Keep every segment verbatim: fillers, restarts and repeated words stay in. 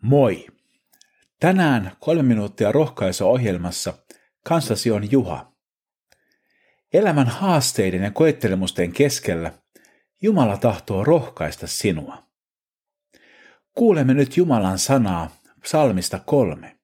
Moi! Tänään kolme minuuttia rohkaisuohjelmassa kanssasi on Juha. Elämän haasteiden ja koettelemusten keskellä Jumala tahtoo rohkaista sinua. Kuulemme nyt Jumalan sanaa psalmista kolme.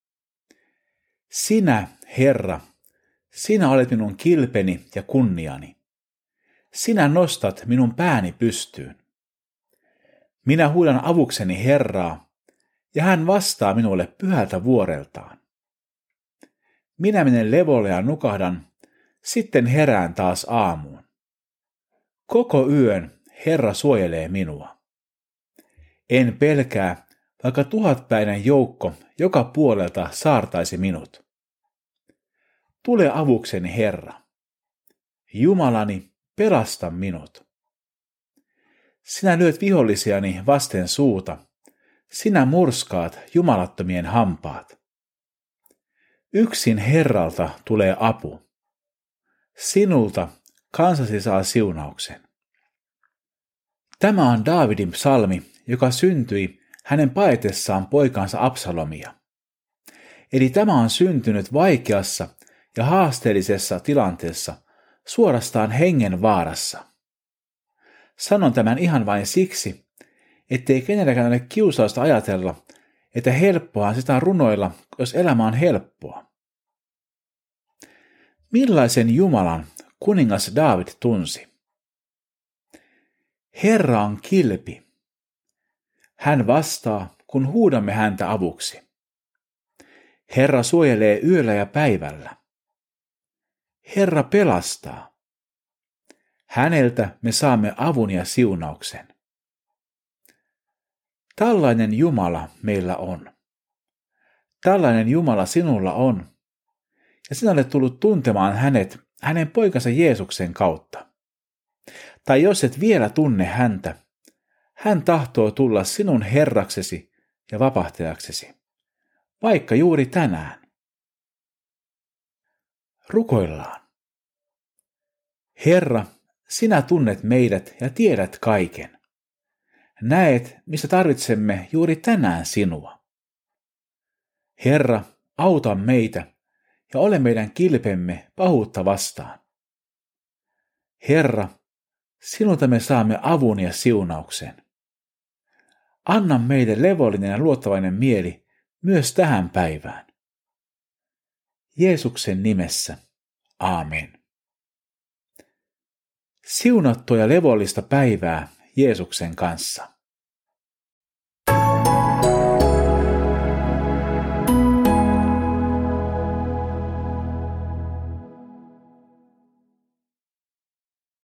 Sinä, Herra, sinä olet minun kilpeni ja kunniani. Sinä nostat minun pääni pystyyn. Minä huudan avukseni Herraa, ja hän vastaa minulle pyhältä vuoreltaan. Minä menen levolle ja nukahdan, sitten herään taas aamuun. Koko yön Herra suojelee minua. En pelkää, vaikka tuhatpäinen joukko joka puolelta saartaisi minut. Tule avukseni, Herra. Jumalani, pelasta minut. Sinä lyöt vihollisiani vasten suuta. Sinä murskaat jumalattomien hampaat. Yksin Herralta tulee apu. Sinulta kansasi saa siunauksen. Tämä on Daavidin psalmi, joka syntyi hänen paetessaan poikansa Absalomia. Eli tämä on syntynyt vaikeassa ja haasteellisessa tilanteessa, suorastaan hengen vaarassa. Sanon tämän ihan vain siksi, ettei kenelläkään ole kiusausta ajatella, että helppoa sitä on runoilla, jos elämä on helppoa. Millaisen Jumalan kuningas Daavid tunsi? Herra on kilpi. Hän vastaa, kun huudamme häntä avuksi. Herra suojelee yöllä ja päivällä. Herra pelastaa. Häneltä me saamme avun ja siunauksen. Tällainen Jumala meillä on. Tällainen Jumala sinulla on, ja sinä olet tullut tuntemaan hänet hänen poikansa Jeesuksen kautta. Tai jos et vielä tunne häntä, hän tahtoo tulla sinun Herraksesi ja vapahtajaksesi, vaikka juuri tänään. Rukoillaan. Herra, sinä tunnet meidät ja tiedät kaiken. Näet, missä tarvitsemme juuri tänään sinua. Herra, auta meitä ja ole meidän kilpemme pahuutta vastaan. Herra, sinulta me saamme avun ja siunauksen. Anna meille levollinen ja luottavainen mieli myös tähän päivään. Jeesuksen nimessä. Aamen. Siunattua ja levollista päivää Jeesuksen kanssa.